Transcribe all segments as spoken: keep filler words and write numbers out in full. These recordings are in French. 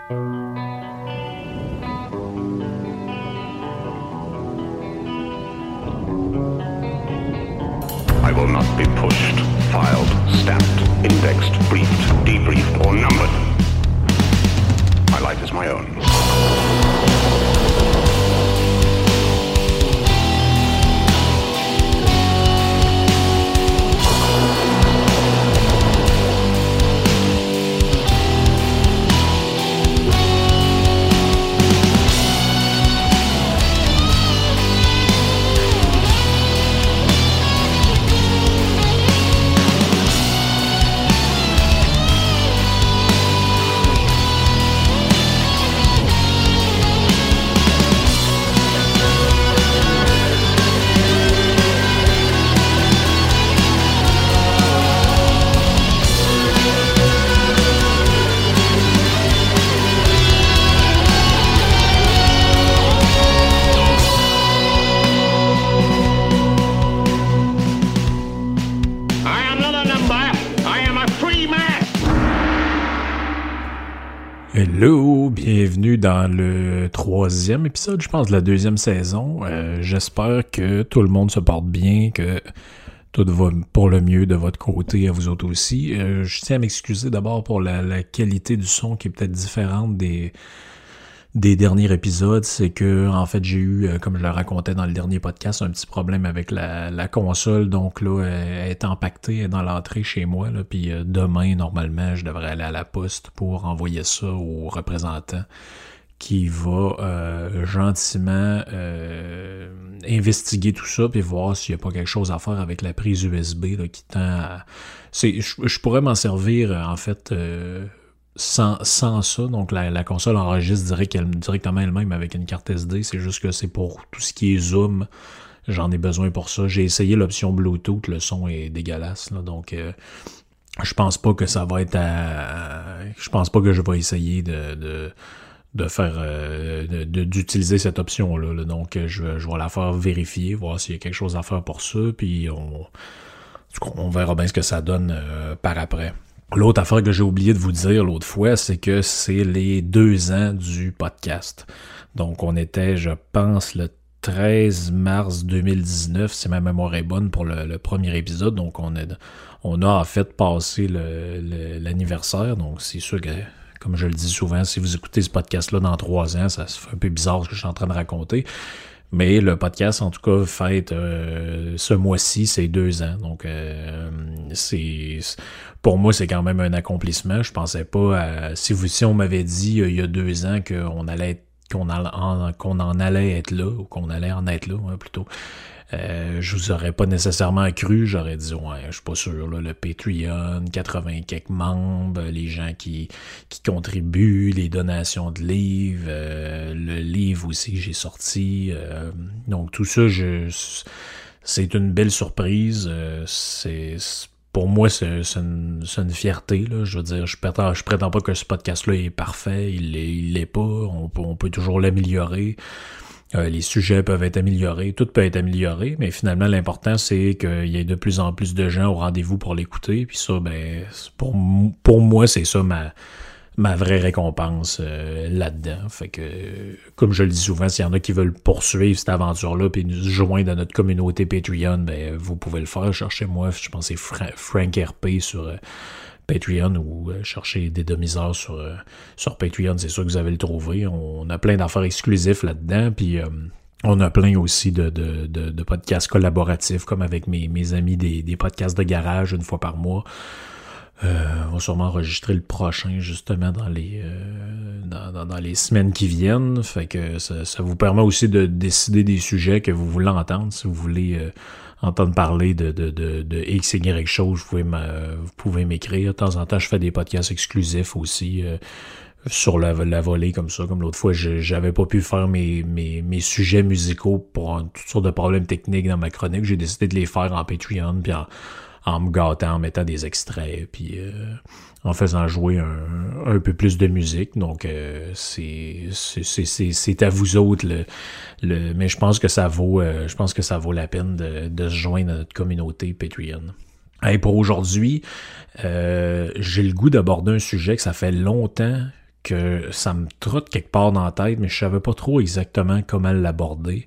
I will not be pushed, filed, stamped, indexed, briefed, debriefed, or numbered. My life is my own. Hello, bienvenue dans le troisième épisode, je pense, de la deuxième saison. Euh, j'espère que tout le monde se porte bien, que tout va pour le mieux de votre côté, à vous autres aussi. Euh, je tiens à m'excuser d'abord pour la, la qualité du son qui est peut-être différente des, des derniers épisodes. C'est que, en fait, j'ai eu, comme je le racontais dans le dernier podcast, un petit problème avec la, la console. Donc là, elle est empaquetée, elle est dans l'entrée chez moi. Là, puis euh, demain, normalement, je devrais aller à la poste pour envoyer ça au représentant qui va euh, gentiment euh, investiguer tout ça puis voir s'il n'y a pas quelque chose à faire avec la prise U S B là, qui tend à... C'est, je, je pourrais m'en servir, en fait... Euh, Sans, sans ça, donc la, la console enregistre direct, elle, directement elle-même avec une carte S D, c'est juste que c'est pour tout ce qui est zoom, j'en ai besoin pour ça. J'ai essayé l'option Bluetooth, le son est dégueulasse, là, donc euh, je pense pas que ça va être à... Je pense pas que je vais essayer de... de de faire euh, de, de, d'utiliser cette option-là, là. Donc je, je vais la faire vérifier, voir s'il y a quelque chose à faire pour ça, puis on, on verra bien ce que ça donne euh, par après. L'autre affaire que j'ai oublié de vous dire l'autre fois, c'est que c'est les deux ans du podcast. Donc, on était, je pense, le treize mars deux mille dix-neuf, si ma mémoire est bonne, pour le, le premier épisode. Donc, on, est, on a en fait passé le, le, l'anniversaire. Donc, c'est sûr que, comme je le dis souvent, si vous écoutez ce podcast-là dans trois ans, ça se fait un peu bizarre ce que je suis en train de raconter. Mais le podcast, en tout cas, fête euh, ce mois-ci, c'est deux ans. Donc, euh, c'est pour moi, c'est quand même un accomplissement. Je pensais pas à... Si, vous, si on m'avait dit euh, il y a deux ans qu'on allait être, qu'on, en, qu'on en allait être là, ou qu'on allait en être là, hein, plutôt, euh, je vous aurais pas nécessairement cru. J'aurais dit, ouais, je suis pas sûr, là, le Patreon, quatre-vingts quelques membres, les gens qui qui contribuent, les donations de livres, euh, le livre aussi que j'ai sorti. Euh, donc, tout ça, je c'est une belle surprise. Euh, c'est... Pour moi, c'est, c'est, une, c'est une fierté, là. Je veux dire, je prétends, je prétends pas que ce podcast-là est parfait. Il l'est, il l'est pas. On peut, on peut toujours l'améliorer. Euh, les sujets peuvent être améliorés. Tout peut être amélioré. Mais finalement, l'important, c'est qu'il y ait de plus en plus de gens au rendez-vous pour l'écouter. Puis ça, ben, pour, pour moi, c'est ça ma, ma vraie récompense euh, là-dedans. Fait que, comme je le dis souvent, s'il y en a qui veulent poursuivre cette aventure-là puis nous joindre à notre communauté Patreon, ben vous pouvez le faire. Cherchez-moi, je pense que c'est Fra- Frank R P sur euh, Patreon ou euh, cherchez des demi-heures sur, euh, sur Patreon. C'est sûr que vous allez le trouver. On a plein d'affaires exclusives là-dedans. Puis... Euh, on a plein aussi de, de, de, de podcasts collaboratifs, comme avec mes, mes amis des, des podcasts de garage une fois par mois. Euh, on va sûrement enregistrer le prochain justement dans les euh, dans, dans, dans les semaines qui viennent. Fait que ça, ça vous permet aussi de décider des sujets que vous voulez entendre. Si vous voulez euh, entendre parler de, de, de, de X, Y chose, vous pouvez, vous pouvez m'écrire. De temps en temps, je fais des podcasts exclusifs aussi. Euh, sur la, la volée comme ça, comme l'autre fois, je, j'avais pas pu faire mes, mes, mes sujets musicaux pour un, toutes sortes de problèmes techniques dans ma chronique. J'ai décidé de les faire en Patreon, puis en, en me gâtant, en mettant des extraits, puis euh, en faisant jouer un, un peu plus de musique. Donc, euh, c'est, c'est, c'est, c'est, c'est à vous autres, le, le, mais je pense que ça vaut, euh, je pense que ça vaut la peine de, de se joindre à notre communauté Patreon. Hey, pour aujourd'hui, euh, j'ai le goût d'aborder un sujet que ça fait longtemps que ça me trotte quelque part dans la tête, mais je savais pas trop exactement comment l'aborder.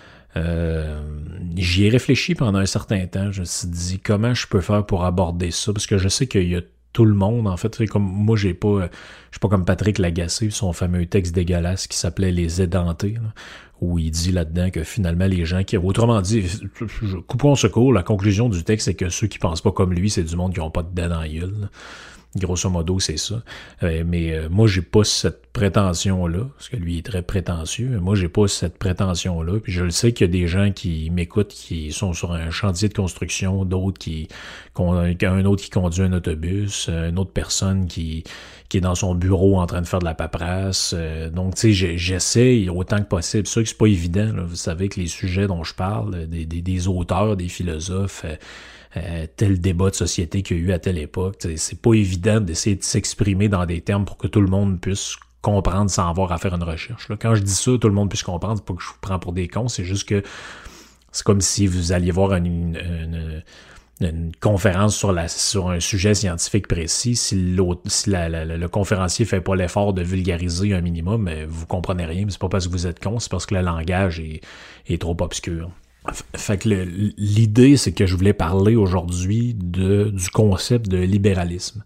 Euh, j'y ai réfléchi pendant un certain temps. Je me suis dit comment je peux faire pour aborder ça, parce que je sais qu'il y a tout le monde, en fait. Comme moi, j'ai pas, je suis pas comme Patrick Lagacé, son fameux texte dégueulasse qui s'appelait Les édentés, là, où il dit là-dedans que finalement les gens qui, autrement dit, coupons ce cours, la conclusion du texte c'est que ceux qui pensent pas comme lui, c'est du monde qui ont pas de dents dans la gueule, là. Grosso modo, c'est ça. Euh, mais euh, moi, j'ai pas cette prétention-là, parce que lui est très prétentieux. Moi, j'ai pas cette prétention-là. Puis je le sais qu'il y a des gens qui m'écoutent, qui sont sur un chantier de construction, d'autres qui, qui ont un, un autre qui conduit un autobus, une autre personne qui, qui est dans son bureau en train de faire de la paperasse. Euh, donc, tu sais, j'essaie autant que possible. C'est sûr que c'est pas évident, là. Vous savez que les sujets dont je parle, des, des, des auteurs, des philosophes, euh, Euh, tel débat de société qu'il y a eu à telle époque. C'est pas évident d'essayer de s'exprimer dans des termes pour que tout le monde puisse comprendre sans avoir à faire une recherche. Là, quand je dis ça, tout le monde puisse comprendre, c'est pas que je vous prends pour des cons, c'est juste que c'est comme si vous alliez voir une, une, une, une conférence sur, la, sur un sujet scientifique précis. Si, si la, la, le conférencier fait pas l'effort de vulgariser un minimum, mais vous comprenez rien, mais c'est pas parce que vous êtes con, c'est parce que le langage est, est trop obscur. Fait que le, l'idée, c'est que je voulais parler aujourd'hui de, du concept de libéralisme.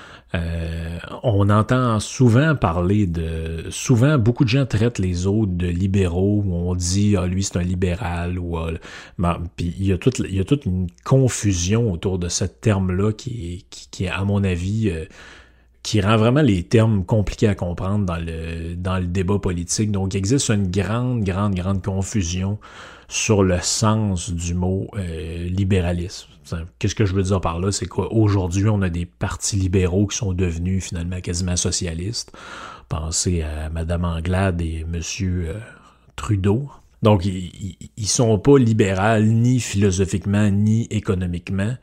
Euh, on entend souvent parler de... Souvent, beaucoup de gens traitent les autres de libéraux, où on dit « Ah, lui, c'est un libéral », ou ah, ben, puis il y a toute, il y a toute une confusion autour de ce terme-là qui est, qui, qui est, à mon avis... Euh, qui rend vraiment les termes compliqués à comprendre dans le dans le débat politique. Donc, il existe une grande, grande, grande confusion sur le sens du mot euh, libéralisme. Qu'est-ce que je veux dire par là? C'est qu'aujourd'hui, on a des partis libéraux qui sont devenus finalement quasiment socialistes. Pensez à Mme Anglade et M. Euh, Trudeau. Donc, ils, ils sont pas libéraux ni philosophiquement, ni économiquement.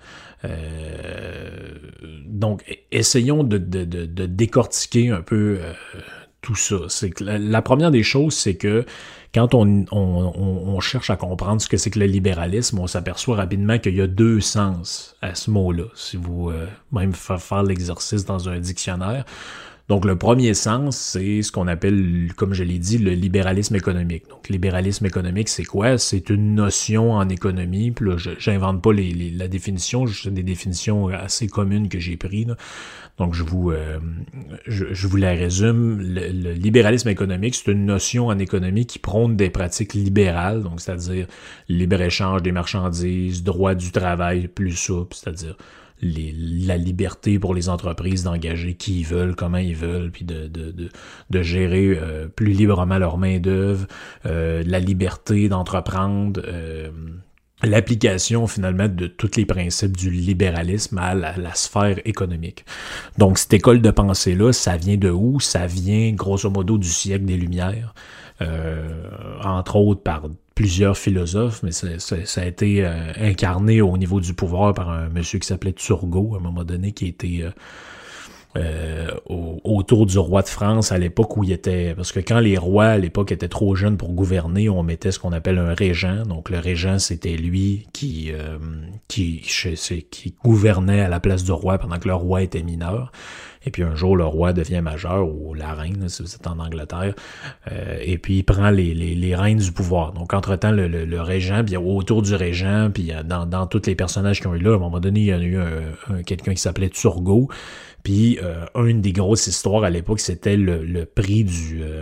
Euh, donc, essayons de, de, de, de décortiquer un peu euh, tout ça. C'est que la, la première des choses, c'est que quand on, on, on cherche à comprendre ce que c'est que le libéralisme, on s'aperçoit rapidement qu'il y a deux sens à ce mot-là. Si vous euh, même faire, faire l'exercice dans un dictionnaire. Donc, le premier sens, c'est ce qu'on appelle, comme je l'ai dit, le libéralisme économique. Donc, libéralisme économique, c'est quoi? C'est une notion en économie. Puis là, je, j'invente pas les, les, la définition, c'est des définitions assez communes que j'ai prises. Là. Donc, je vous, euh, je, je vous la résume. Le, le libéralisme économique, c'est une notion en économie qui prône des pratiques libérales, donc c'est-à-dire libre-échange des marchandises, droit du travail plus souple, c'est-à-dire Les, la liberté pour les entreprises d'engager qui ils veulent, comment ils veulent, puis de, de, de, de gérer euh, plus librement leur main-d'œuvre, euh, la liberté d'entreprendre, euh, l'application finalement de tous les principes du libéralisme à la, la sphère économique. Donc cette école de pensée-là, ça vient de où? Ça vient grosso modo du siècle des Lumières, euh, entre autres par plusieurs philosophes, mais ça, ça, ça a été euh, incarné au niveau du pouvoir par un monsieur qui s'appelait Turgot, à un moment donné, qui était euh, euh, au, autour du roi de France à l'époque où il était... Parce que quand les rois, à l'époque, étaient trop jeunes pour gouverner, on mettait ce qu'on appelle un régent. Donc, le régent, c'était lui qui, euh, qui, qui, qui gouvernait à la place du roi pendant que le roi était mineur. Et puis un jour, le roi devient majeur, ou la reine, si vous êtes en Angleterre, euh, et puis il prend les, les, les rênes du pouvoir. Donc, entre-temps, le, le, le régent, puis autour du régent, puis dans, dans tous les personnages qui ont eu là, à un moment donné, il y en a eu un, un, quelqu'un qui s'appelait Turgot. Puis, euh, une des grosses histoires à l'époque, c'était le, le prix du... Euh,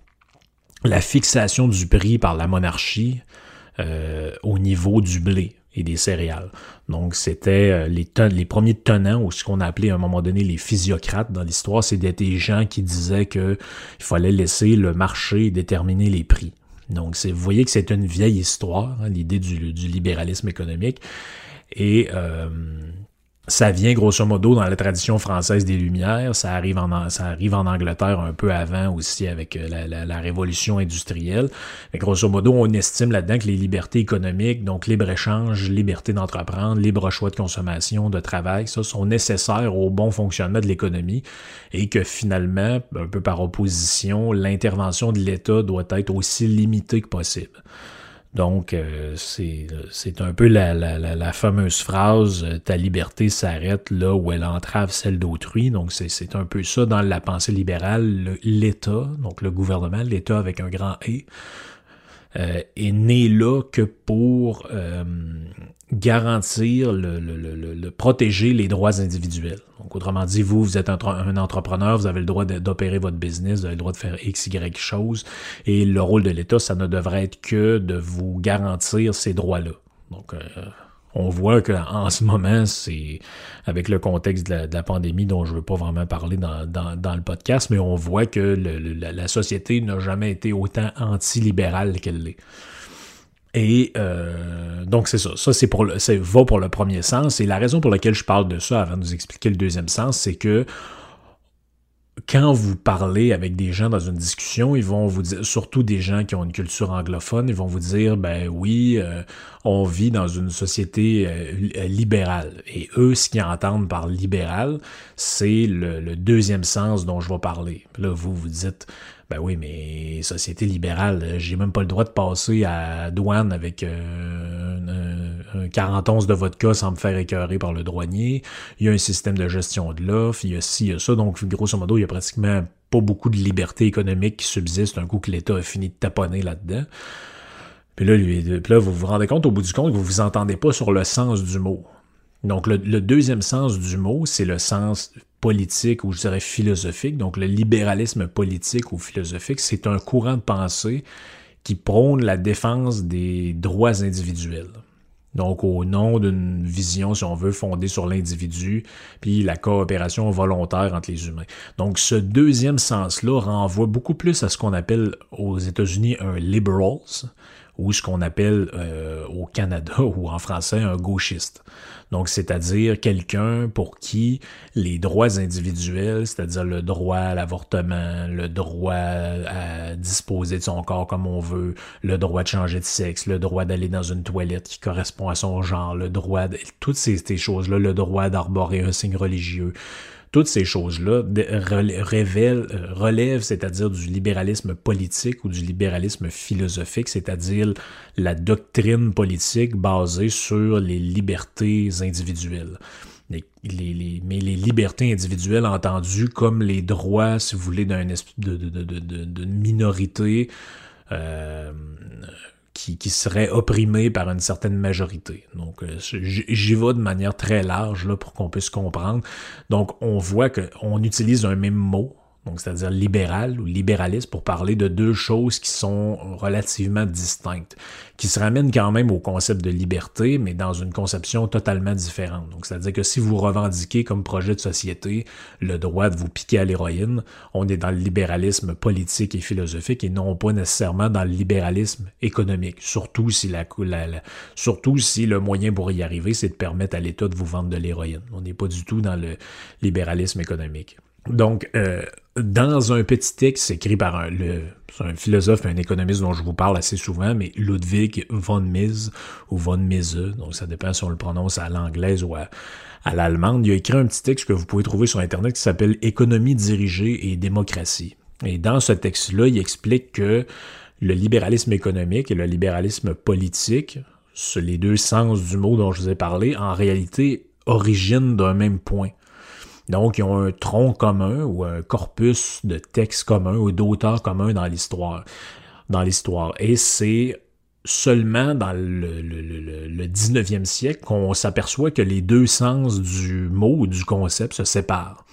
la fixation du prix par la monarchie euh, au niveau du blé et des céréales. Donc, c'était les, ten- les premiers tenants, ou ce qu'on a appelé à un moment donné les physiocrates dans l'histoire, c'était des gens qui disaient que il fallait laisser le marché déterminer les prix. Donc, c'est, vous voyez que c'est une vieille histoire, hein, l'idée du, du libéralisme économique. Et euh, ça vient grosso modo dans la tradition française des Lumières. Ça arrive en, ça arrive en Angleterre un peu avant aussi avec la, la, la révolution industrielle. Mais grosso modo, on estime là-dedans que les libertés économiques, donc libre-échange, liberté d'entreprendre, libre choix de consommation, de travail, ça sont nécessaires au bon fonctionnement de l'économie et que finalement, un peu par opposition, l'intervention de l'État doit être aussi limitée que possible. Donc, euh, c'est, c'est un peu la, la, la, la fameuse phrase « Ta liberté s'arrête là où elle entrave celle d'autrui ». Donc, c'est, c'est un peu ça dans la pensée libérale. Le, l'État, donc le gouvernement, l'État avec un grand « E », euh, est né là que pour euh, garantir, le, le, le, le protéger les droits individuels. Donc, autrement dit, vous, vous êtes un, un entrepreneur, vous avez le droit de, d'opérer votre business, vous avez le droit de faire X, Y choses, et le rôle de l'État, ça ne devrait être que de vous garantir ces droits-là. Donc, euh, on voit qu'en ce moment, c'est avec le contexte de la, de la pandémie dont je ne veux pas vraiment parler dans, dans, dans le podcast, mais on voit que le, le, la, la société n'a jamais été autant anti-libérale qu'elle l'est. Et euh, donc c'est ça, ça c'est pour le, c'est va pour le premier sens, et la raison pour laquelle je parle de ça avant de vous expliquer le deuxième sens, c'est que quand vous parlez avec des gens dans une discussion, ils vont vous dire, surtout des gens qui ont une culture anglophone, ils vont vous dire, ben oui, euh, on vit dans une société euh, libérale. Et eux, ce qu'ils entendent par libéral, c'est le, le deuxième sens dont je vais parler. Puis là, vous vous dites, ben oui, mais société libérale, j'ai même pas le droit de passer à douane avec euh, un, un quarante onces de vodka sans me faire écœurer par le douanier. Il y a un système de gestion de l'offre, il y a ci, il y a ça. Donc, grosso modo, il y a pratiquement pas beaucoup de liberté économique qui subsiste un coup que l'État a fini de taponner là-dedans. Puis là, lui, puis là, vous vous rendez compte au bout du compte que vous vous entendez pas sur le sens du mot. Donc, le, le deuxième sens du mot, c'est le sens politique ou je dirais philosophique. Donc, le libéralisme politique ou philosophique, c'est un courant de pensée qui prône la défense des droits individuels. Donc, au nom d'une vision, si on veut, fondée sur l'individu, puis la coopération volontaire entre les humains. Donc, ce deuxième sens-là renvoie beaucoup plus à ce qu'on appelle aux États-Unis un liberals, ou ce qu'on appelle euh, au Canada ou en français un gauchiste. Donc, c'est-à-dire quelqu'un pour qui les droits individuels, c'est-à-dire le droit à l'avortement, le droit à disposer de son corps comme on veut, le droit de changer de sexe, le droit d'aller dans une toilette qui correspond à son genre, le droit de... toutes ces, ces choses-là, le droit d'arborer un signe religieux, toutes ces choses-là révèlent, relèvent, c'est-à-dire du libéralisme politique ou du libéralisme philosophique, c'est-à-dire la doctrine politique basée sur les libertés individuelles. Les, les, les, mais les libertés individuelles entendues comme les droits, si vous voulez, d'un espèce de, de, de, de, de minorité euh, qui, qui serait opprimée par une certaine majorité. Donc, euh, j'y vais de manière très large là, pour qu'on puisse comprendre. Donc, on voit qu'on utilise un même mot, donc c'est-à-dire libéral ou libéraliste, pour parler de deux choses qui sont relativement distinctes, qui se ramènent quand même au concept de liberté, mais dans une conception totalement différente. Donc, c'est-à-dire que si vous revendiquez comme projet de société le droit de vous piquer à l'héroïne, on est dans le libéralisme politique et philosophique et non pas nécessairement dans le libéralisme économique, surtout si, la, la, la, surtout si le moyen pour y arriver, c'est de permettre à l'État de vous vendre de l'héroïne. On n'est pas du tout dans le libéralisme économique. Donc, euh, dans un petit texte écrit par un, le, un philosophe, un économiste dont je vous parle assez souvent, mais Ludwig von Mises ou von Mises, donc ça dépend si on le prononce à l'anglaise ou à, à l'allemande, il a écrit un petit texte que vous pouvez trouver sur Internet qui s'appelle « Économie dirigée et démocratie ». Et dans ce texte-là, il explique que le libéralisme économique et le libéralisme politique, c'est les deux sens du mot dont je vous ai parlé, en réalité originent d'un même point. Donc, ils ont un tronc commun ou un corpus de textes communs ou d'auteurs communs dans l'histoire. Dans l'histoire. Et c'est seulement dans le, le, le, le dix-neuvième siècle qu'on s'aperçoit que les deux sens du mot ou du concept se séparent.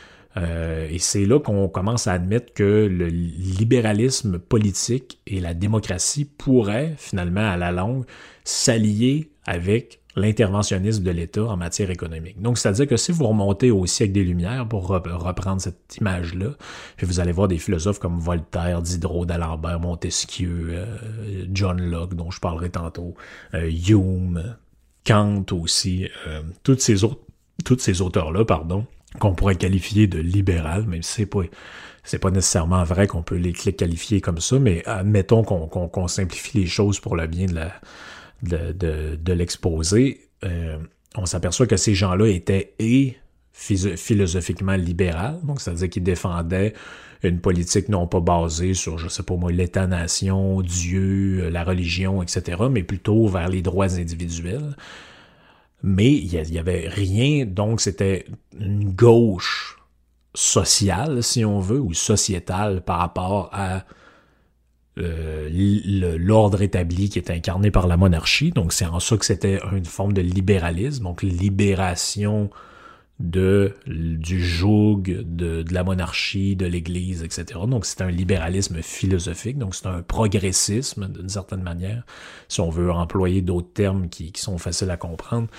Euh, et c'est là qu'on commence à admettre que le libéralisme politique et la démocratie pourraient, finalement, à la longue, s'allier avec l'interventionnisme de l'État en matière économique. Donc, c'est-à-dire que si vous remontez au siècle des Lumières, pour reprendre cette image-là, puis vous allez voir des philosophes comme Voltaire, Diderot, d'Alembert, Montesquieu, euh, John Locke, dont je parlerai tantôt, euh, Hume, Kant aussi, euh, toutes ces autres, tous ces auteurs-là, pardon, qu'on pourrait qualifier de libéral, même si c'est pas, c'est pas nécessairement vrai qu'on peut les qualifier comme ça, mais admettons qu'on, qu'on, qu'on simplifie les choses pour le bien de la De, de, de l'exposé, euh, on s'aperçoit que ces gens-là étaient et philosophiquement libéral, donc c'est-à-dire qu'il défendait une politique non pas basée sur, je sais pas moi, l'État-nation, Dieu, la religion, et cetera, mais plutôt vers les droits individuels. Mais il y avait rien, donc c'était une gauche sociale, si on veut, ou sociétale par rapport à euh, l'ordre établi qui est incarné par la monarchie. Donc c'est en ça que c'était une forme de libéralisme, donc libération de du joug, de, de la monarchie, de l'Église, et cetera. Donc c'est un libéralisme philosophique, donc c'est un progressisme d'une certaine manière, si on veut employer d'autres termes qui, qui sont faciles à comprendre.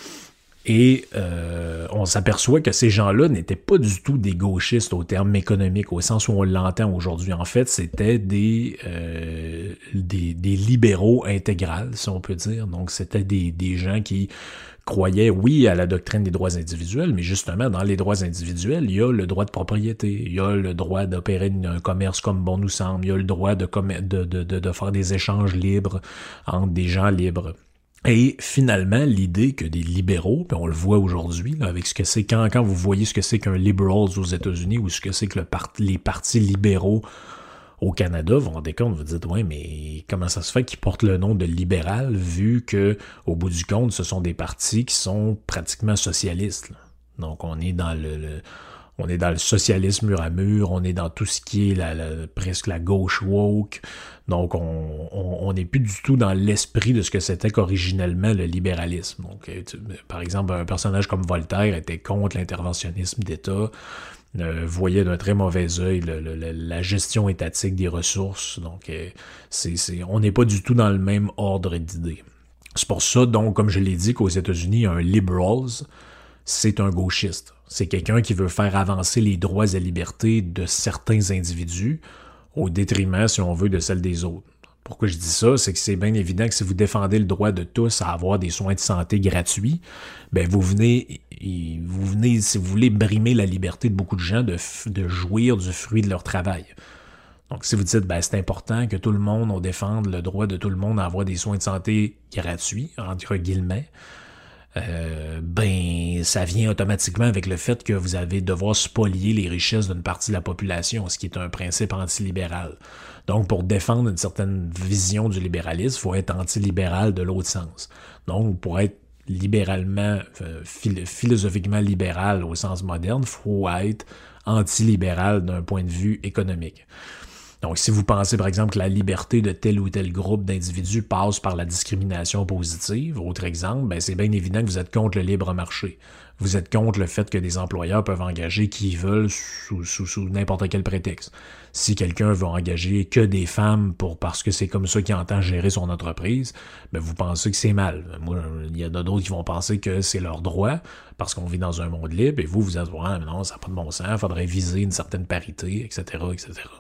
Et euh, on s'aperçoit que ces gens-là n'étaient pas du tout des gauchistes au terme économique, au sens où on l'entend aujourd'hui. En fait, c'était des, euh, des, des libéraux intégrales, si on peut dire. Donc, c'était des, des gens qui croyaient, oui, à la doctrine des droits individuels, mais justement, dans les droits individuels, il y a le droit de propriété, il y a le droit d'opérer un commerce comme bon nous semble, il y a le droit de, de, de, de, de faire des échanges libres entre des gens libres. Et finalement, l'idée que des libéraux, puis on le voit aujourd'hui, là, avec ce que c'est, quand, quand vous voyez ce que c'est qu'un liberals aux États-Unis ou ce que c'est que le part, les partis libéraux au Canada, vous vous rendez compte, vous dites, ouais, mais comment ça se fait qu'ils portent le nom de libéral, vu que, au bout du compte, ce sont des partis qui sont pratiquement socialistes, là. Donc, on est dans le, le on est dans le socialisme mur à mur, on est dans tout ce qui est la, la, presque la gauche woke. Donc, on n'est plus du tout dans l'esprit de ce que c'était qu'originellement le libéralisme. Donc, tu, par exemple, un personnage comme Voltaire était contre l'interventionnisme d'État, euh, voyait d'un très mauvais œil le, le, le, la gestion étatique des ressources. Donc, euh, c'est, c'est, on n'est pas du tout dans le même ordre d'idées. C'est pour ça, donc, comme je l'ai dit, qu'aux États-Unis, un liberals, c'est un gauchiste. C'est quelqu'un qui veut faire avancer les droits et libertés de certains individus au détriment, si on veut, de celles des autres. Pourquoi je dis ça? C'est que c'est bien évident que si vous défendez le droit de tous à avoir des soins de santé gratuits, ben vous venez, vous venez, si vous voulez, brimer la liberté de beaucoup de gens de, de jouir du fruit de leur travail. Donc, si vous dites, ben c'est important que tout le monde, on défende le droit de tout le monde à avoir des soins de santé gratuits, entre guillemets, Euh, ben, ça vient automatiquement avec le fait que vous allez devoir spolier les richesses d'une partie de la population, ce qui est un principe antilibéral. Donc, pour défendre une certaine vision du libéralisme, il faut être antilibéral de l'autre sens. Donc, pour être libéralement, euh, phil- philosophiquement libéral au sens moderne, il faut être antilibéral d'un point de vue économique. Donc, si vous pensez, par exemple, que la liberté de tel ou tel groupe d'individus passe par la discrimination positive, autre exemple, ben c'est bien évident que vous êtes contre le libre marché. Vous êtes contre le fait que des employeurs peuvent engager qui ils veulent sous, sous, sous n'importe quel prétexte. Si quelqu'un veut engager que des femmes pour parce que c'est comme ça qu'il entend gérer son entreprise, ben vous pensez que c'est mal. Moi, il y en a d'autres qui vont penser que c'est leur droit parce qu'on vit dans un monde libre, et vous, vous êtes ouais, mais non, ça n'a pas de bon sens, il faudrait viser une certaine parité, et cetera, et cetera.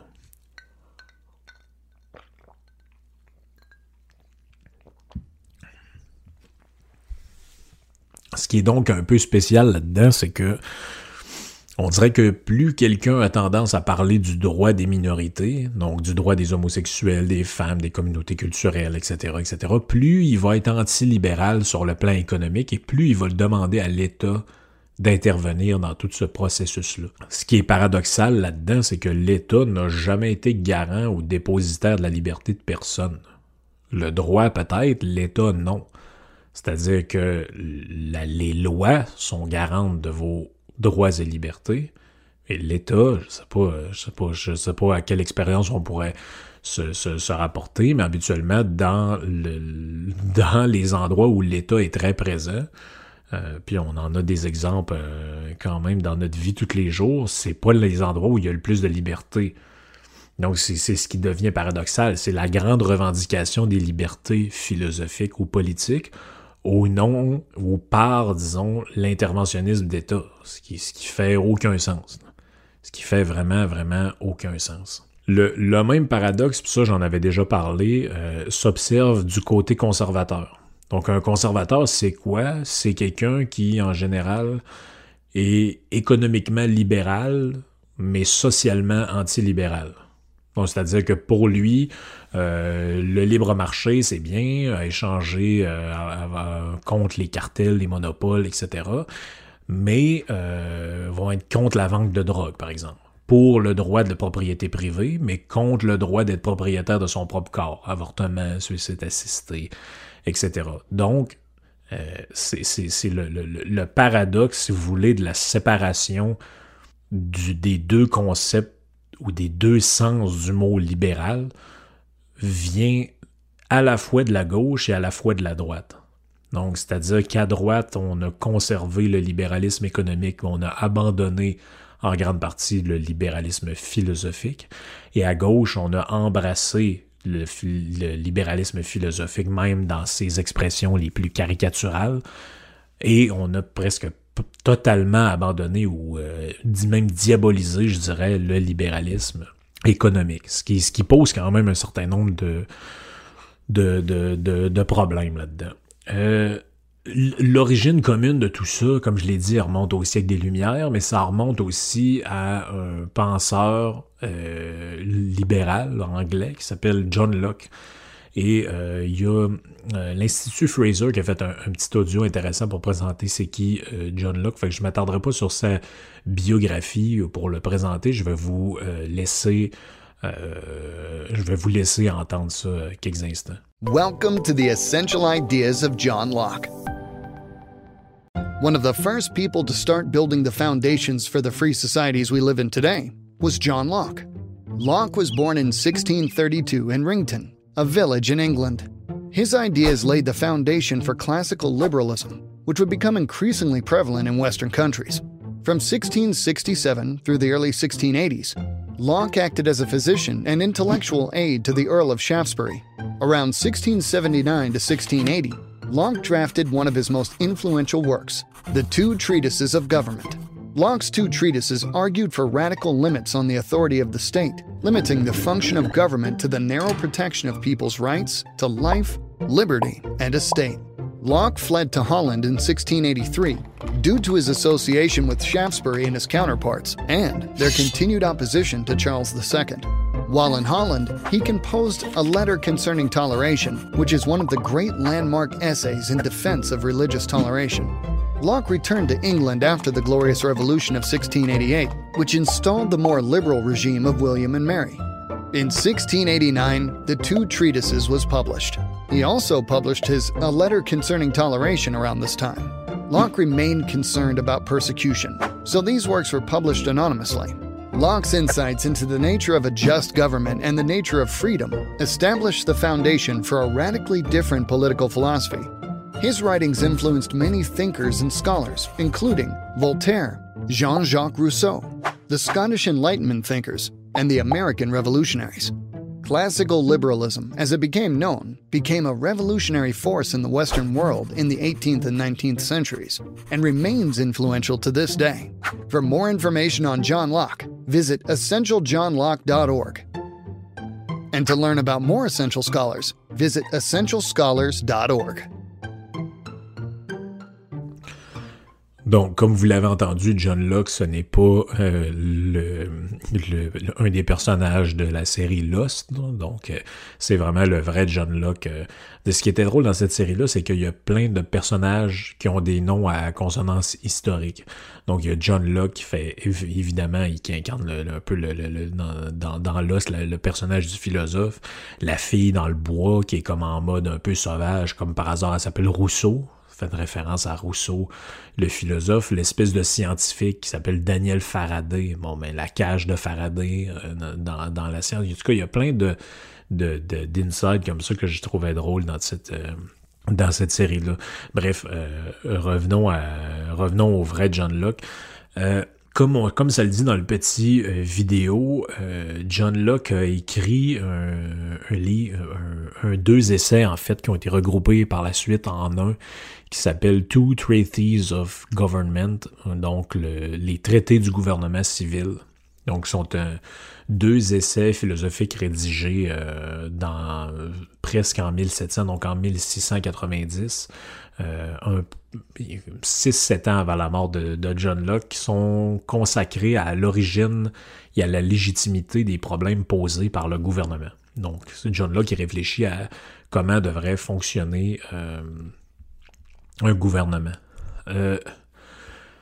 Ce qui est donc un peu spécial là-dedans, c'est que on dirait que plus quelqu'un a tendance à parler du droit des minorités, donc du droit des homosexuels, des femmes, des communautés culturelles, et cetera, et cetera, plus il va être antilibéral sur le plan économique et plus il va le demander à l'État d'intervenir dans tout ce processus-là. Ce qui est paradoxal là-dedans, c'est que l'État n'a jamais été garant ou dépositaire de la liberté de personne. Le droit peut-être, l'État non. C'est-à-dire que la, les lois sont garantes de vos droits et libertés, et l'État, je sais pas, je sais pas, je sais pas à quelle expérience on pourrait se, se, se rapporter, mais habituellement, dans, le, dans les endroits où l'État est très présent, euh, puis on en a des exemples euh, quand même dans notre vie tous les jours, c'est pas les endroits où il y a le plus de liberté. Donc, c'est, c'est ce qui devient paradoxal. C'est la grande revendication des libertés philosophiques ou politiques au nom ou par, disons, l'interventionnisme d'État, ce qui, ce qui fait aucun sens. Ce qui fait vraiment, vraiment aucun sens. Le, le même paradoxe, puis ça j'en avais déjà parlé, euh, s'observe du côté conservateur. Donc un conservateur, c'est quoi? C'est quelqu'un qui, en général, est économiquement libéral, mais socialement antilibéral. Donc, c'est-à-dire que pour lui, euh, le libre marché, c'est bien, à échanger euh, à, à, contre les cartels, les monopoles, et cetera. mais euh, vont être contre la vente de drogue, par exemple. Pour le droit de propriété privée, mais contre le droit d'être propriétaire de son propre corps, avortement, suicide assisté, et cetera. Donc, euh, c'est, c'est, c'est le, le, le paradoxe, si vous voulez, de la séparation du, des deux concepts ou des deux sens du mot libéral vient à la fois de la gauche et à la fois de la droite. Donc, c'est-à-dire qu'à droite, on a conservé le libéralisme économique, on a abandonné en grande partie le libéralisme philosophique, et à gauche, on a embrassé le, le libéralisme philosophique, même dans ses expressions les plus caricaturales, et on a presque p- totalement abandonné, ou euh, même diabolisé, je dirais, le libéralisme économique, ce qui, ce qui pose quand même un certain nombre de, de, de, de, de problèmes là-dedans. Euh, L'origine commune de tout ça, comme je l'ai dit, remonte au siècle des Lumières, mais ça remonte aussi à un penseur euh, libéral anglais qui s'appelle John Locke. Et euh, il y a euh, l'Institut Fraser qui a fait un, un petit audio intéressant pour présenter c'est qui euh, John Locke. Fait que je ne m'attarderai pas sur sa biographie pour le présenter. Je vais vous euh, laisser euh, je vais vous laisser entendre ça euh, quelques instants. Welcome to the Essential Ideas of John Locke. One of the first people to start building the foundations for the free societies we live in today was John Locke. Locke was born in sixteen thirty-two in Rington, a village in England. His ideas laid the foundation for classical liberalism, which would become increasingly prevalent in Western countries. From sixteen sixty-seven through the early sixteen eighties, Locke acted as a physician and intellectual aide to the Earl of Shaftesbury. Around sixteen seventy-nine to sixteen eighty, Locke drafted one of his most influential works, the Two Treatises of Government. Locke's two treatises argued for radical limits on the authority of the state, limiting the function of government to the narrow protection of people's rights to life, liberty, and estate. Locke fled to Holland in sixteen eighty-three due to his association with Shaftesbury and his counterparts and their continued opposition to Charles the Second. While in Holland, he composed A Letter Concerning Toleration, which is one of the great landmark essays in defense of religious toleration. Locke returned to England after the Glorious Revolution of sixteen eighty-eight, which installed the more liberal regime of William and Mary. In sixteen eighty-nine, the Two Treatises was published. He also published his A Letter Concerning Toleration around this time. Locke remained concerned about persecution, so these works were published anonymously. Locke's insights into the nature of a just government and the nature of freedom established the foundation for a radically different political philosophy. His writings influenced many thinkers and scholars, including Voltaire, Jean-Jacques Rousseau, the Scottish Enlightenment thinkers, and the American revolutionaries. Classical liberalism, as it became known, became a revolutionary force in the Western world in the eighteenth and nineteenth centuries, and remains influential to this day. For more information on John Locke, visit essential john locke dot org. And to learn about more essential scholars, visit essential scholars dot org. Donc, comme vous l'avez entendu, John Locke, ce n'est pas euh, le, le, le, un des personnages de la série Lost. Là. Donc, euh, c'est vraiment le vrai John Locke. Euh. De ce qui était drôle dans cette série-là, c'est qu'il y a plein de personnages qui ont des noms à consonance historique. Donc, il y a John Locke qui fait, évidemment, il, qui incarne le, le, un peu le, le, le, dans, dans, dans Lost, le, le personnage du philosophe. La fille dans le bois qui est comme en mode un peu sauvage, comme par hasard, elle s'appelle Rousseau. Fait de référence à Rousseau, le philosophe, l'espèce de scientifique qui s'appelle Daniel Faraday. Bon, ben, la cage de Faraday euh, dans, dans la science. En tout cas, il y a plein de, de, de, d'insides comme ça que je trouvais drôle dans cette, euh, dans cette série-là. Bref, euh, revenons, à, revenons au vrai John Locke. Euh, Comme, on, comme ça le dit dans le petit euh, vidéo, euh, John Locke a écrit un, un livre, un, un, deux essais en fait qui ont été regroupés par la suite en un qui s'appelle Two Treatises of Government, donc le, les traités du gouvernement civil. Donc, ce sont un, deux essais philosophiques rédigés euh, dans presque en mille sept cents, donc en mille six cent quatre-vingt-dix, euh, un, six sept ans avant la mort de, de John Locke, qui sont consacrés à l'origine et à la légitimité des problèmes posés par le gouvernement. Donc, c'est John Locke qui réfléchit à comment devrait fonctionner euh, un gouvernement. Euh,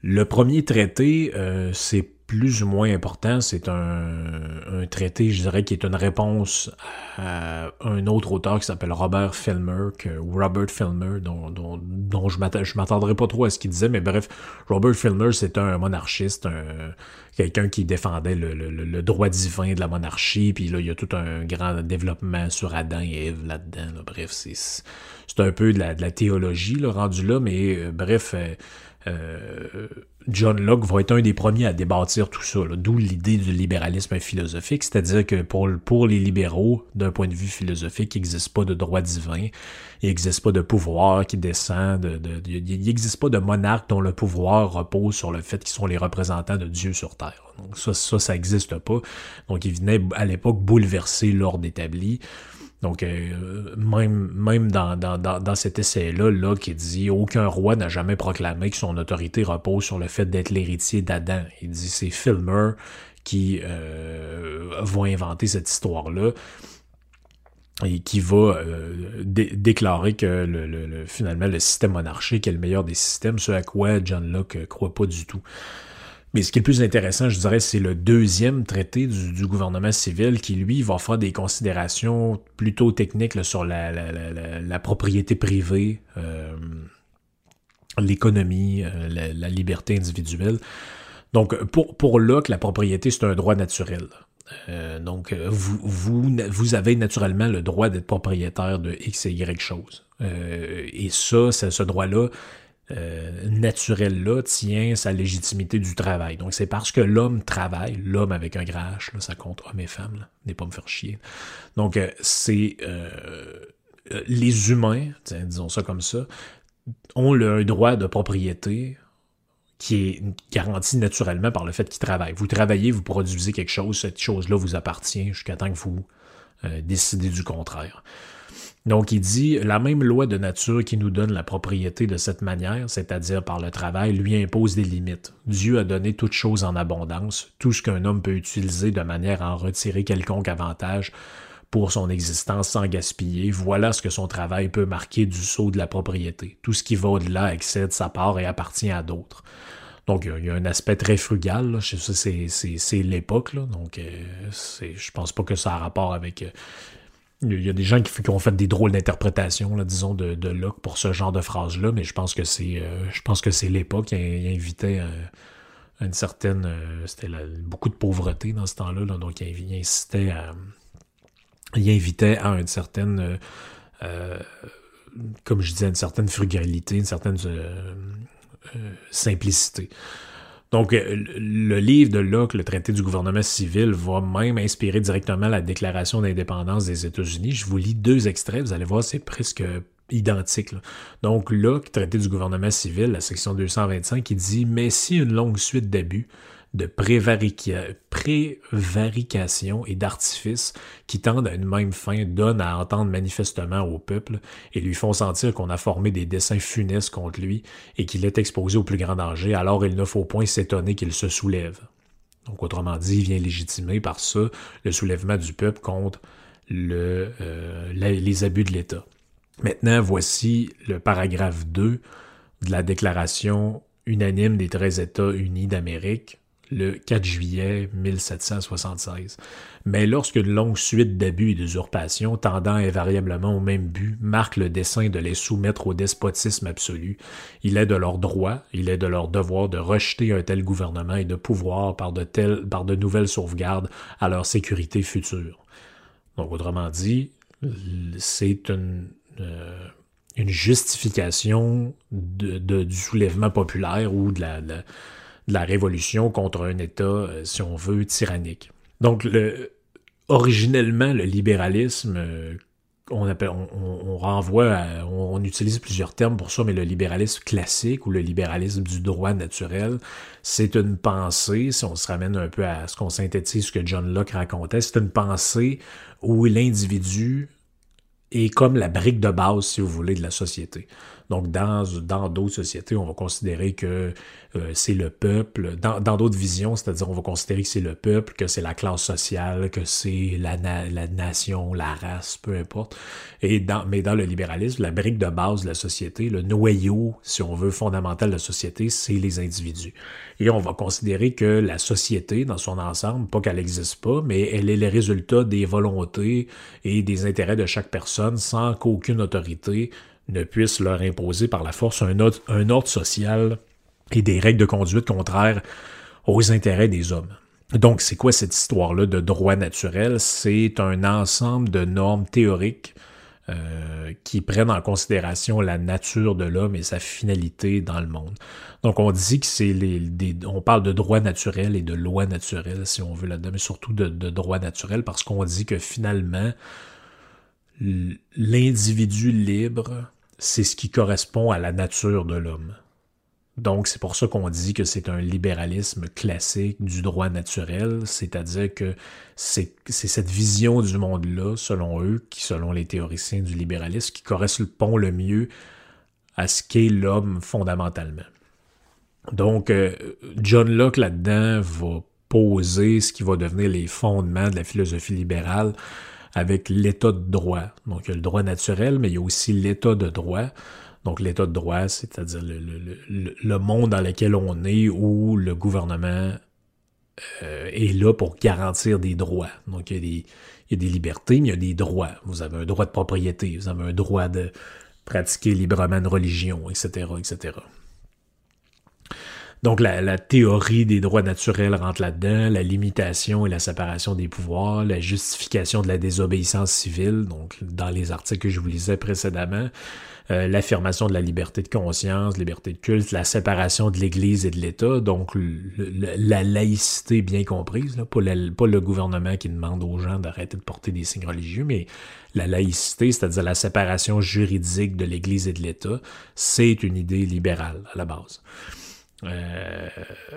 Le premier traité, euh, c'est plus ou moins important. C'est un, un traité, je dirais, qui est une réponse à un autre auteur qui s'appelle Robert Filmer, que, ou Robert Filmer, dont, dont, dont je ne m'attendrai pas trop à ce qu'il disait, mais bref, Robert Filmer, c'est un monarchiste, un, quelqu'un qui défendait le, le, le droit divin de la monarchie, puis là, il y a tout un grand développement sur Adam et Ève là-dedans. Là. Bref, c'est, c'est un peu de la, de la théologie là, rendu là, mais euh, bref... Euh, Euh, John Locke va être un des premiers à débâtir tout ça, là, d'où l'idée du libéralisme philosophique, c'est-à-dire que pour, pour les libéraux, d'un point de vue philosophique, il n'existe pas de droit divin, il n'existe pas de pouvoir qui descend, de, de, de, il n'existe pas de monarque dont le pouvoir repose sur le fait qu'ils sont les représentants de Dieu sur Terre. Donc ça, ça, ça n'existe pas. Donc il venait à l'époque bouleverser l'ordre établi. Donc, euh, même, même dans, dans, dans, dans cet essai-là, là, qui dit « Aucun roi n'a jamais proclamé que son autorité repose sur le fait d'être l'héritier d'Adam. » Il dit « C'est Filmer qui euh, va inventer cette histoire-là et qui va euh, dé- déclarer que le, le, le, finalement le système monarchique est le meilleur des systèmes, ce à quoi John Locke ne croit pas du tout. » Mais ce qui est le plus intéressant, je dirais, c'est le deuxième traité du, du gouvernement civil qui, lui, va faire des considérations plutôt techniques là, sur la, la, la, la propriété privée, euh, l'économie, euh, la, la liberté individuelle. Donc, pour, pour Locke, la propriété, c'est un droit naturel. Euh, donc, vous, vous, vous avez naturellement le droit d'être propriétaire de X et Y choses. Euh, et ça, ça ce droit-là, Euh, naturel-là tient sa légitimité du travail. Donc, c'est parce que l'homme travaille, l'homme avec un grand H, là, ça compte homme et femme, là, n'est pas me faire chier. Donc, euh, c'est euh, les humains, disons ça comme ça, ont le, un droit de propriété qui est garanti naturellement par le fait qu'ils travaillent. Vous travaillez, vous produisez quelque chose, cette chose-là vous appartient jusqu'à temps que vous euh, décidez du contraire. Donc, il dit, la même loi de nature qui nous donne la propriété de cette manière, c'est-à-dire par le travail, lui impose des limites. Dieu a donné toutes choses en abondance, tout ce qu'un homme peut utiliser de manière à en retirer quelconque avantage pour son existence sans gaspiller. Voilà ce que son travail peut marquer du sceau de la propriété. Tout ce qui va au-delà excède sa part et appartient à d'autres. Donc, il y a un aspect très frugal, là. Je sais, c'est, c'est, c'est l'époque, là. Donc, euh, c'est, je pense pas que ça a rapport avec... Euh, Il y a des gens qui, qui ont fait des drôles d'interprétations, là, disons, de, de Locke pour ce genre de phrase-là, mais je pense que c'est euh, je pense que c'est l'époque. Il, il invitait euh, une certaine... Euh, c'était la, beaucoup de pauvreté dans ce temps-là, là, donc il, il incitait à... Il invitait à une certaine... Euh, euh, comme je disais, une certaine frugalité, une certaine euh, euh, simplicité. Donc, le livre de Locke, le traité du gouvernement civil, va même inspirer directement la déclaration d'indépendance des États-Unis. Je vous lis deux extraits, vous allez voir, c'est presque identique, là. Donc, Locke, traité du gouvernement civil, la section deux cent vingt-cinq, qui dit « Mais si une longue suite d'abus, de prévarica- prévarication et d'artifices qui tendent à une même fin donnent à entendre manifestement au peuple et lui font sentir qu'on a formé des desseins funestes contre lui et qu'il est exposé au plus grand danger, alors il ne faut point s'étonner qu'il se soulève. » Donc, autrement dit, il vient légitimer par ça le soulèvement du peuple contre le, euh, les abus de l'État. Maintenant, voici le paragraphe deux de la déclaration unanime des treize États unis d'Amérique, le quatre juillet mille sept cent soixante-seize. Mais lorsqu'une longue suite d'abus et d'usurpations tendant invariablement au même but marque le dessein de les soumettre au despotisme absolu, il est de leur droit, il est de leur devoir de rejeter un tel gouvernement et de pouvoir, par de, telles, par de nouvelles sauvegardes, à leur sécurité future. Donc, autrement dit, c'est une... Euh, une justification de, de, du soulèvement populaire ou de la, de, de la révolution contre un État, euh, si on veut, tyrannique. Donc, le, originellement, le libéralisme, euh, on, appelle, on, on renvoie, à, on, on utilise plusieurs termes pour ça, mais le libéralisme classique ou le libéralisme du droit naturel, c'est une pensée, si on se ramène un peu à ce qu'on synthétise, ce que John Locke racontait, c'est une pensée où l'individu est comme la brique de base, si vous voulez, de la société. Donc, dans, dans d'autres sociétés, on va considérer que euh, c'est le peuple. Dans, dans d'autres visions, c'est-à-dire on va considérer que c'est le peuple, que c'est la classe sociale, que c'est la, na- la nation, la race, peu importe. Et dans, mais dans le libéralisme, la brique de base de la société, le noyau, si on veut, fondamental de la société, c'est les individus. Et on va considérer que la société, dans son ensemble, pas qu'elle n'existe pas, mais elle est le résultat des volontés et des intérêts de chaque personne sans qu'aucune autorité ne puisse leur imposer par la force un ordre, un ordre social et des règles de conduite contraires aux intérêts des hommes. Donc, c'est quoi cette histoire-là de droit naturel? C'est un ensemble de normes théoriques euh, qui prennent en considération la nature de l'homme et sa finalité dans le monde. Donc, on dit que c'est les, des, on parle de droit naturel et de loi naturelle, si on veut là-dedans, mais surtout de, de droit naturel, parce qu'on dit que finalement, l'individu libre, c'est ce qui correspond à la nature de l'homme. Donc, c'est pour ça qu'on dit que c'est un libéralisme classique du droit naturel, c'est-à-dire que c'est, c'est cette vision du monde-là, selon eux, qui, selon les théoriciens du libéralisme, qui correspond le mieux à ce qu'est l'homme fondamentalement. Donc, euh, John Locke, là-dedans, va poser ce qui va devenir les fondements de la philosophie libérale avec l'état de droit. Donc, il y a le droit naturel, mais il y a aussi l'état de droit. Donc, l'état de droit, c'est-à-dire le, le, le, le monde dans lequel on est, où le gouvernement euh, est là pour garantir des droits. Donc, il y a des, il y a des libertés, mais il y a des droits. Vous avez un droit de propriété, vous avez un droit de pratiquer librement une religion, et cetera, et cetera. Donc, la, la théorie des droits naturels rentre là-dedans, la limitation et la séparation des pouvoirs, la justification de la désobéissance civile, donc dans les articles que je vous lisais précédemment, euh, l'affirmation de la liberté de conscience, liberté de culte, la séparation de l'Église et de l'État, donc le, le, la laïcité bien comprise, là, pas, la, pas le gouvernement qui demande aux gens d'arrêter de porter des signes religieux, mais la laïcité, c'est-à-dire la séparation juridique de l'Église et de l'État, c'est une idée libérale à la base. Euh,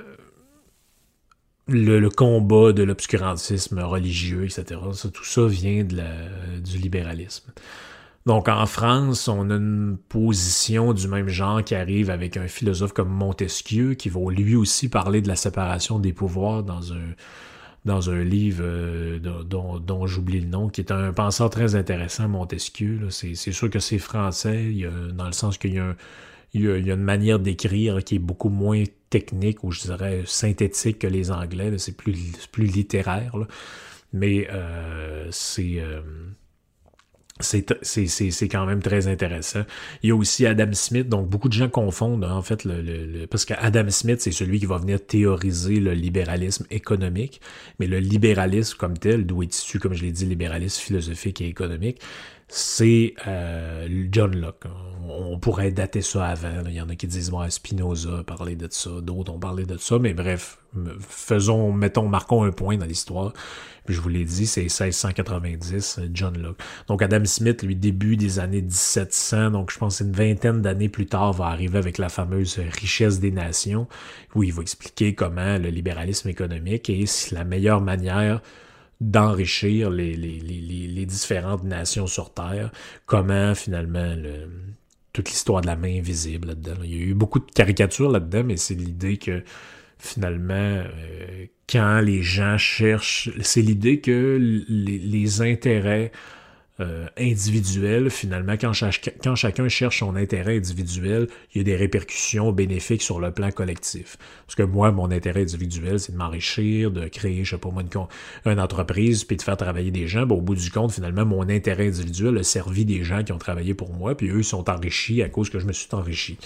le, le combat de l'obscurantisme religieux, et cetera. Ça, tout ça vient de la, du libéralisme. Donc, en France, on a une position du même genre qui arrive avec un philosophe comme Montesquieu, qui va lui aussi parler de la séparation des pouvoirs dans un, dans un livre euh, dont, dont j'oublie le nom, qui est un penseur très intéressant, Montesquieu. Là. C'est, c'est sûr que c'est français, il y a, dans le sens qu'il y a un Il y, a, il y a une manière d'écrire qui est beaucoup moins technique ou je dirais synthétique que les Anglais. Là. C'est plus, c'est plus littéraire. Là. Mais euh, c'est, euh, c'est, c'est, c'est, c'est quand même très intéressant. Il y a aussi Adam Smith. Donc, beaucoup de gens confondent en fait le, le, le parce qu'Adam Smith, c'est celui qui va venir théoriser le libéralisme économique. Mais le libéralisme comme tel, d'où est issu, comme je l'ai dit, libéralisme philosophique et économique, c'est euh, John Locke. On pourrait dater ça avant. Il y en a qui disent bon, Spinoza a parlé de ça, d'autres ont parlé de ça, mais bref, faisons, mettons, marquons un point dans l'histoire. Puis je vous l'ai dit, c'est seize cent quatre-vingt-dix, John Locke. Donc Adam Smith, lui, début des années dix-sept cents, donc je pense une vingtaine d'années plus tard, va arriver avec la fameuse richesse des nations, où il va expliquer comment le libéralisme économique est la meilleure manière d'enrichir les, les, les, les différentes nations sur Terre, comment finalement le, toute l'histoire de la main invisible là-dedans. Il y a eu beaucoup de caricatures là-dedans, mais c'est l'idée que finalement, euh, quand les gens cherchent, c'est l'idée que les, les intérêts euh, individuels, finalement, quand, chaque, quand chacun cherche son intérêt individuel, il y a des répercussions bénéfiques sur le plan collectif. Parce que moi, mon intérêt individuel, c'est de m'enrichir, de créer, je sais pas moi, une, une entreprise, puis de faire travailler des gens. Ben, au bout du compte, finalement, mon intérêt individuel a servi des gens qui ont travaillé pour moi, puis eux sont enrichis à cause que je me suis enrichi.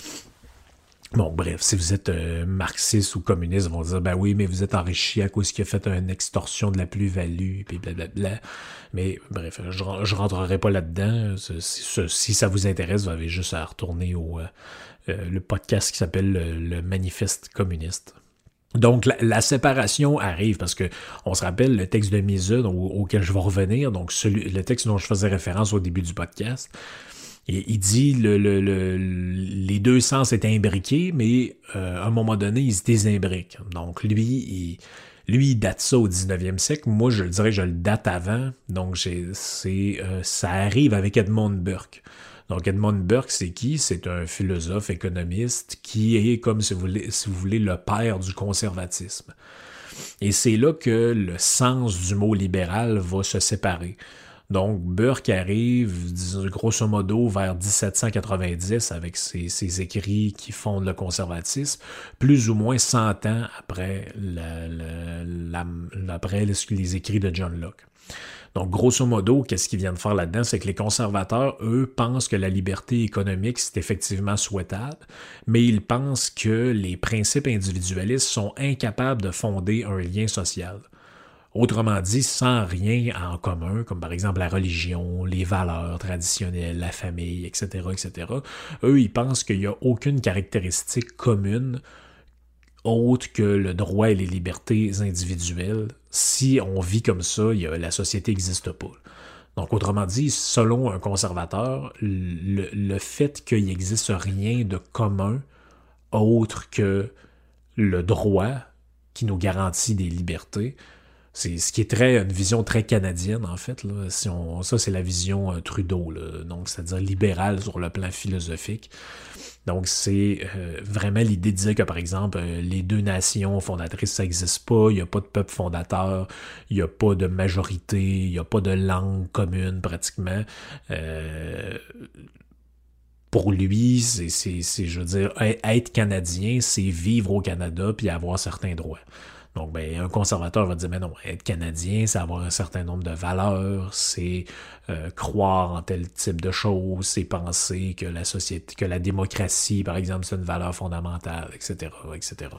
Bon, bref, si vous êtes euh, marxiste ou communiste, ils vont dire, ben oui, mais vous êtes enrichi à cause qu'il a fait une extorsion de la plus-value, puis blablabla. Mais bref, je, je rentrerai pas là-dedans. Si, si ça vous intéresse, vous avez juste à retourner au euh, le podcast qui s'appelle le, le Manifeste communiste. Donc, la, la séparation arrive parce que on se rappelle le texte de Mises au, auquel je vais revenir, donc celui, le texte dont je faisais référence au début du podcast. Et il dit le, le, le, les deux sens étaient imbriqués, mais euh, à un moment donné, ils se désimbriquent. Donc lui, il, lui, il date ça au dix-neuvième siècle. Moi, je dirais que je le date avant. Donc j'ai, c'est, euh, ça arrive avec Edmund Burke. Donc Edmund Burke, c'est qui? C'est un philosophe économiste qui est, comme si vous voulez, si vous voulez, le père du conservatisme. Et c'est là que le sens du mot libéral va se séparer. Donc, Burke arrive, disons, grosso modo, vers dix-sept cent quatre-vingt-dix avec ses, ses écrits qui fondent le conservatisme, plus ou moins cent ans après, la, la, la, après les écrits de John Locke. Donc, grosso modo, qu'est-ce qu'ils viennent faire là-dedans? C'est que les conservateurs, eux, pensent que la liberté économique, c'est effectivement souhaitable, mais ils pensent que les principes individualistes sont incapables de fonder un lien social. Autrement dit, sans rien en commun, comme par exemple la religion, les valeurs traditionnelles, la famille, et cetera, et cetera. Eux, ils pensent qu'il n'y a aucune caractéristique commune autre que le droit et les libertés individuelles. Si on vit comme ça, il y a, la société n'existe pas. Donc, autrement dit, selon un conservateur, le, le fait qu'il n'existe rien de commun autre que le droit qui nous garantit des libertés, c'est ce qui est très une vision très canadienne, en fait. Là. Si on, ça, c'est la vision euh, Trudeau, là. Donc, c'est-à-dire libérale sur le plan philosophique. Donc, c'est euh, vraiment l'idée de dire que, par exemple, euh, les deux nations fondatrices, ça n'existe pas, il n'y a pas de peuple fondateur, il n'y a pas de majorité, il n'y a pas de langue commune, pratiquement. Euh, pour lui, c'est, c'est, c'est, je veux dire, être Canadien, c'est vivre au Canada puis avoir certains droits. Donc, ben, un conservateur va dire, mais non, être Canadien, c'est avoir un certain nombre de valeurs, c'est euh, croire en tel type de choses, c'est penser que la société, que la démocratie, par exemple, c'est une valeur fondamentale, et cetera, et cetera.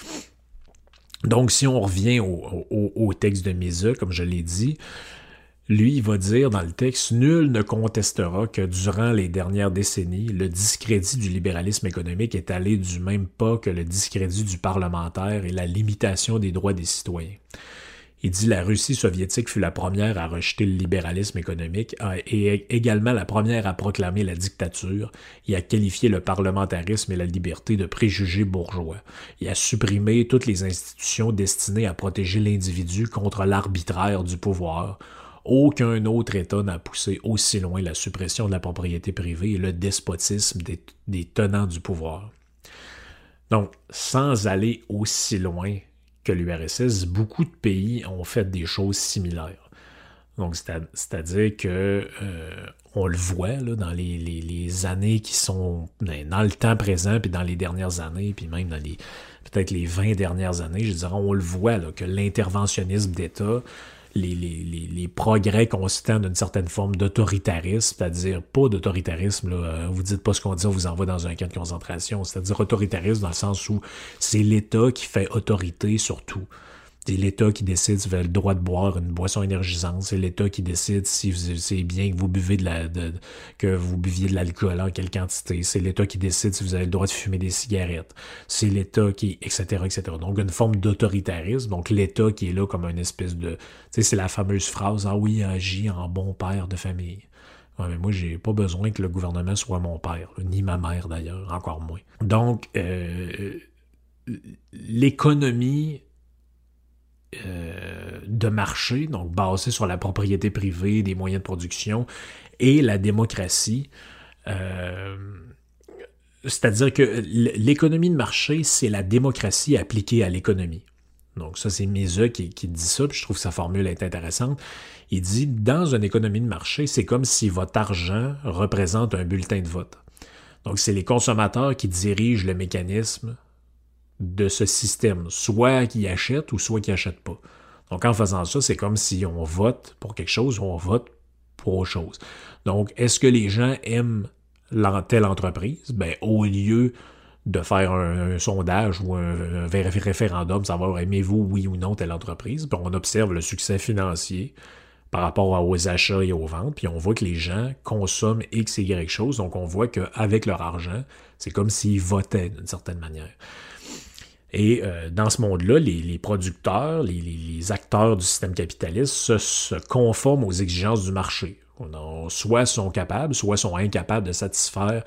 Donc, si on revient au, au, au texte de Mises, comme je l'ai dit, lui, il va dire dans le texte, « Nul ne contestera que durant les dernières décennies, le discrédit du libéralisme économique est allé du même pas que le discrédit du parlementaire et la limitation des droits des citoyens. » Il dit « La Russie soviétique fut la première à rejeter le libéralisme économique et également la première à proclamer la dictature et à qualifier le parlementarisme et la liberté de préjugés bourgeois et à supprimer toutes les institutions destinées à protéger l'individu contre l'arbitraire du pouvoir. Aucun autre État n'a poussé aussi loin la suppression de la propriété privée et le despotisme des, des tenants du pouvoir. » Donc, sans aller aussi loin que l'U R S S, beaucoup de pays ont fait des choses similaires. Donc, c'est à, c'est-à-dire que euh, on le voit là, dans les, les, les années qui sont dans le temps présent, puis dans les dernières années, puis même dans les peut-être les vingt dernières années, je dirais, on le voit là, que l'interventionnisme d'État, Les, les, les, les progrès constants d'une certaine forme d'autoritarisme, c'est-à-dire pas d'autoritarisme, là, vous dites pas ce qu'on dit, on vous envoie dans un camp de concentration, c'est-à-dire autoritarisme dans le sens où c'est l'État qui fait autorité sur tout. C'est l'État qui décide si vous avez le droit de boire une boisson énergisante, c'est l'État qui décide si vous, c'est bien que vous buvez de la de, que vous buviez de l'alcool en quelle quantité, c'est l'État qui décide si vous avez le droit de fumer des cigarettes, c'est l'État qui, et cetera, et cetera. Donc une forme d'autoritarisme, donc l'État qui est là comme une espèce de, tu sais, c'est la fameuse phrase « Ah oui, agis en bon père de famille ». Ouais, mais moi, j'ai pas besoin que le gouvernement soit mon père, ni ma mère d'ailleurs, encore moins. Donc, euh, l'économie Euh, de marché, donc basé sur la propriété privée, des moyens de production, et la démocratie. Euh, c'est-à-dire que l'économie de marché, c'est la démocratie appliquée à l'économie. Donc ça, c'est Mises qui, qui dit ça, puis je trouve que sa formule est intéressante. Il dit, dans une économie de marché, c'est comme si votre argent représente un bulletin de vote. Donc c'est les consommateurs qui dirigent le mécanisme de ce système, soit qui achète ou soit qui achète pas. Donc, en faisant ça, c'est comme si on vote pour quelque chose ou on vote pour autre chose. Donc, est-ce que les gens aiment telle entreprise? Ben, au lieu de faire un, un sondage ou un, un référendum, savoir aimez-vous oui ou non telle entreprise, ben, on observe le succès financier par rapport aux achats et aux ventes, puis on voit que les gens consomment X et Y choses, donc on voit qu'avec leur argent, c'est comme s'ils votaient d'une certaine manière. Et euh, dans ce monde-là, les, les producteurs, les, les, les acteurs du système capitaliste se, se conforment aux exigences du marché. On, soit sont capables, soit sont incapables de satisfaire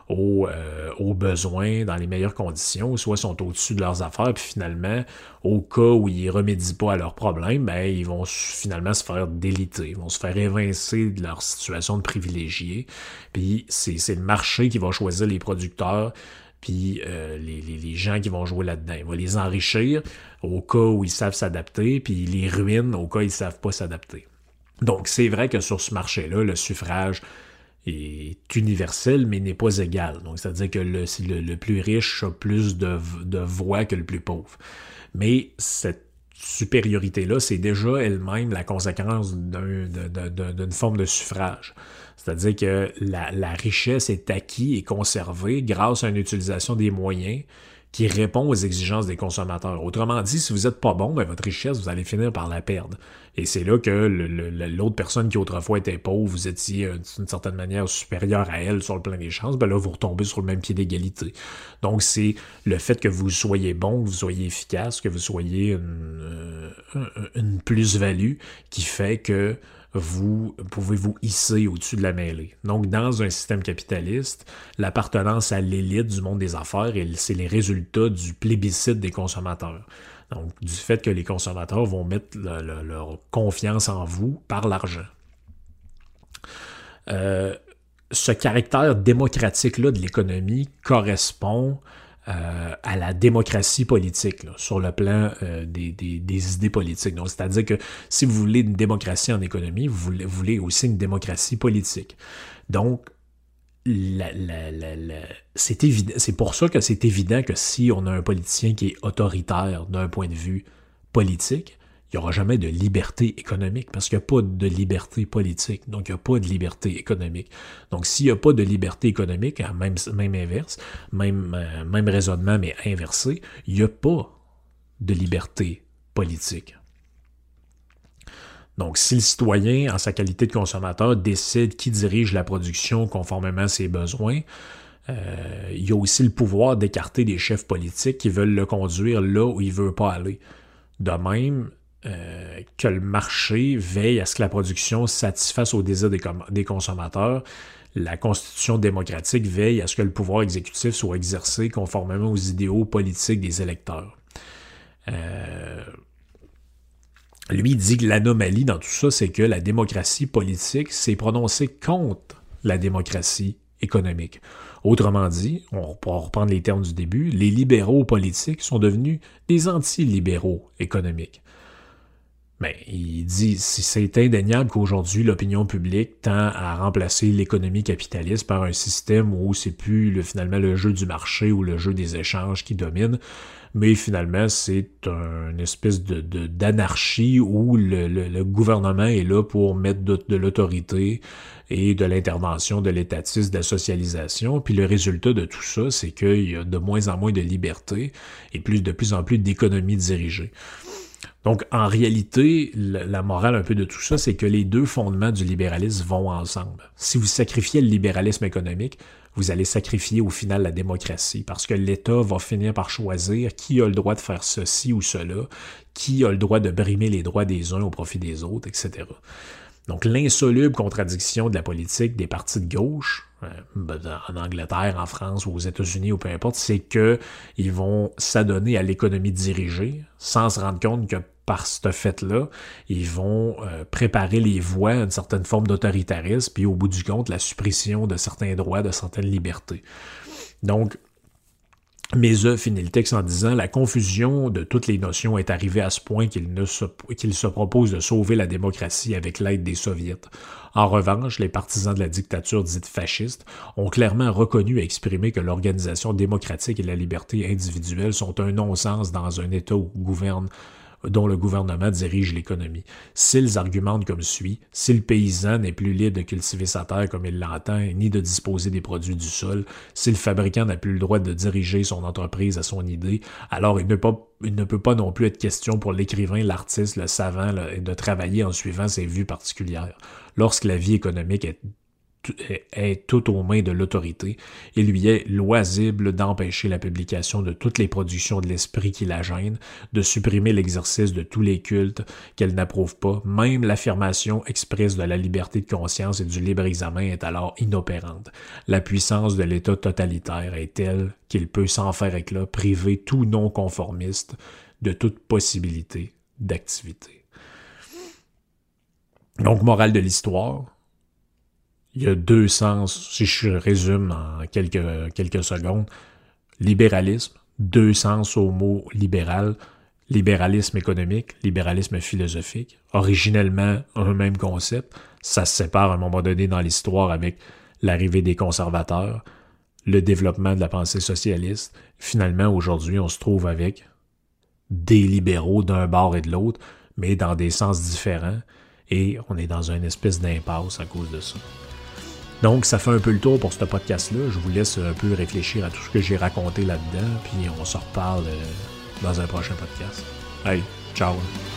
aux, euh, aux besoins dans les meilleures conditions, soit sont au-dessus de leurs affaires, puis finalement, au cas où ils ne remédient pas à leurs problèmes, ben, ils vont finalement se faire déliter, ils vont se faire évincer de leur situation de privilégiés, puis c'est, c'est le marché qui va choisir les producteurs, puis euh, les, les, les gens qui vont jouer là-dedans. Il va les enrichir au cas où ils savent s'adapter, puis il les ruine au cas où ils ne savent pas s'adapter. Donc, c'est vrai que sur ce marché-là, le suffrage est universel, mais n'est pas égal. Donc, c'est-à-dire que le, le, le plus riche a plus de, de voix que le plus pauvre. Mais cette supériorité-là, c'est déjà elle-même la conséquence d'un, d'un, d'un, d'une forme de suffrage. C'est-à-dire que la, la richesse est acquise et conservée grâce à une utilisation des moyens qui répond aux exigences des consommateurs. Autrement dit, si vous n'êtes pas bon, ben votre richesse, vous allez finir par la perdre. Et c'est là que le, le, l'autre personne qui autrefois était pauvre, vous étiez d'une certaine manière supérieur à elle sur le plan des chances, ben là, vous retombez sur le même pied d'égalité. Donc, c'est le fait que vous soyez bon, que vous soyez efficace, que vous soyez une, une plus-value qui fait que vous pouvez vous hisser au-dessus de la mêlée. Donc, dans un système capitaliste, l'appartenance à l'élite du monde des affaires, c'est les résultats du plébiscite des consommateurs. Donc, du fait que les consommateurs vont mettre le, le, leur confiance en vous par l'argent. Euh, ce caractère démocratique-là de l'économie correspond Euh, à la démocratie politique, là, sur le plan euh, des, des, des idées politiques. Donc, c'est-à-dire que si vous voulez une démocratie en économie, vous voulez, vous voulez aussi une démocratie politique. Donc, la, la, la, la, c'est évident, c'est pour ça que c'est évident que si on a un politicien qui est autoritaire d'un point de vue politique, il n'y aura jamais de liberté économique parce qu'il n'y a pas de liberté politique. Donc, il n'y a pas de liberté économique. Donc, s'il n'y a pas de liberté économique, même, même inverse, même, euh, même raisonnement, mais inversé, il n'y a pas de liberté politique. Donc, si le citoyen, en sa qualité de consommateur, décide qui dirige la production conformément à ses besoins, euh, il y a aussi le pouvoir d'écarter des chefs politiques qui veulent le conduire là où il ne veut pas aller. De même, Euh, que le marché veille à ce que la production satisfasse aux désirs des, com- des consommateurs, la Constitution démocratique veille à ce que le pouvoir exécutif soit exercé conformément aux idéaux politiques des électeurs. Euh, lui dit que l'anomalie dans tout ça, c'est que la démocratie politique s'est prononcée contre la démocratie économique. Autrement dit, on va reprendre les termes du début, les libéraux politiques sont devenus des anti-libéraux économiques. Ben, il dit, si c'est indéniable qu'aujourd'hui, l'opinion publique tend à remplacer l'économie capitaliste par un système où c'est plus le, finalement le jeu du marché ou le jeu des échanges qui domine, mais finalement, c'est une espèce de, de, d'anarchie où le, le, le gouvernement est là pour mettre de, de l'autorité et de l'intervention, de l'étatisme, de la socialisation. Puis le résultat de tout ça, c'est qu'il y a de moins en moins de liberté et plus, de plus en plus d'économie dirigée. Donc, en réalité, la morale un peu de tout ça, c'est que les deux fondements du libéralisme vont ensemble. Si vous sacrifiez le libéralisme économique, vous allez sacrifier au final la démocratie, parce que l'État va finir par choisir qui a le droit de faire ceci ou cela, qui a le droit de brimer les droits des uns au profit des autres, et cetera. Donc, l'insoluble contradiction de la politique des partis de gauche, en Angleterre, en France ou aux États-Unis ou peu importe, c'est qu'ils vont s'adonner à l'économie dirigée sans se rendre compte que par ce fait-là, ils vont euh, préparer les voies à une certaine forme d'autoritarisme, puis au bout du compte, la suppression de certains droits, de certaines libertés. Donc, Mézeux finit le texte en disant « La confusion de toutes les notions est arrivée à ce point qu'il, ne se, qu'il se propose de sauver la démocratie avec l'aide des soviets. En revanche, les partisans de la dictature dite fasciste ont clairement reconnu et exprimé que l'organisation démocratique et la liberté individuelle sont un non-sens dans un État où gouverne dont le gouvernement dirige l'économie. S'ils argumentent comme suit, si le paysan n'est plus libre de cultiver sa terre comme il l'entend, ni de disposer des produits du sol, si le fabricant n'a plus le droit de diriger son entreprise à son idée, alors il ne, pas, il ne peut pas non plus être question pour l'écrivain, l'artiste, le savant là, de travailler en suivant ses vues particulières. Lorsque la vie économique est est tout aux mains de l'autorité. Il lui est loisible d'empêcher la publication de toutes les productions de l'esprit qui la gênent, de supprimer l'exercice de tous les cultes qu'elle n'approuve pas. Même l'affirmation expresse de la liberté de conscience et du libre examen est alors inopérante. La puissance de l'État totalitaire est telle qu'il peut sans faire éclat priver tout non-conformiste de toute possibilité d'activité. Donc, morale de l'histoire, il y a deux sens, si je résume en quelques, quelques secondes. Libéralisme, deux sens au mot libéral. Libéralisme économique, libéralisme philosophique. Originellement, un même concept. Ça se sépare à un moment donné dans l'histoire avec l'arrivée des conservateurs, le développement de la pensée socialiste. Finalement, aujourd'hui, on se trouve avec des libéraux d'un bord et de l'autre, mais dans des sens différents. Et on est dans une espèce d'impasse à cause de ça. Donc, ça fait un peu le tour pour ce podcast-là. Je vous laisse un peu réfléchir à tout ce que j'ai raconté là-dedans, puis on se reparle dans un prochain podcast. Hey, ciao!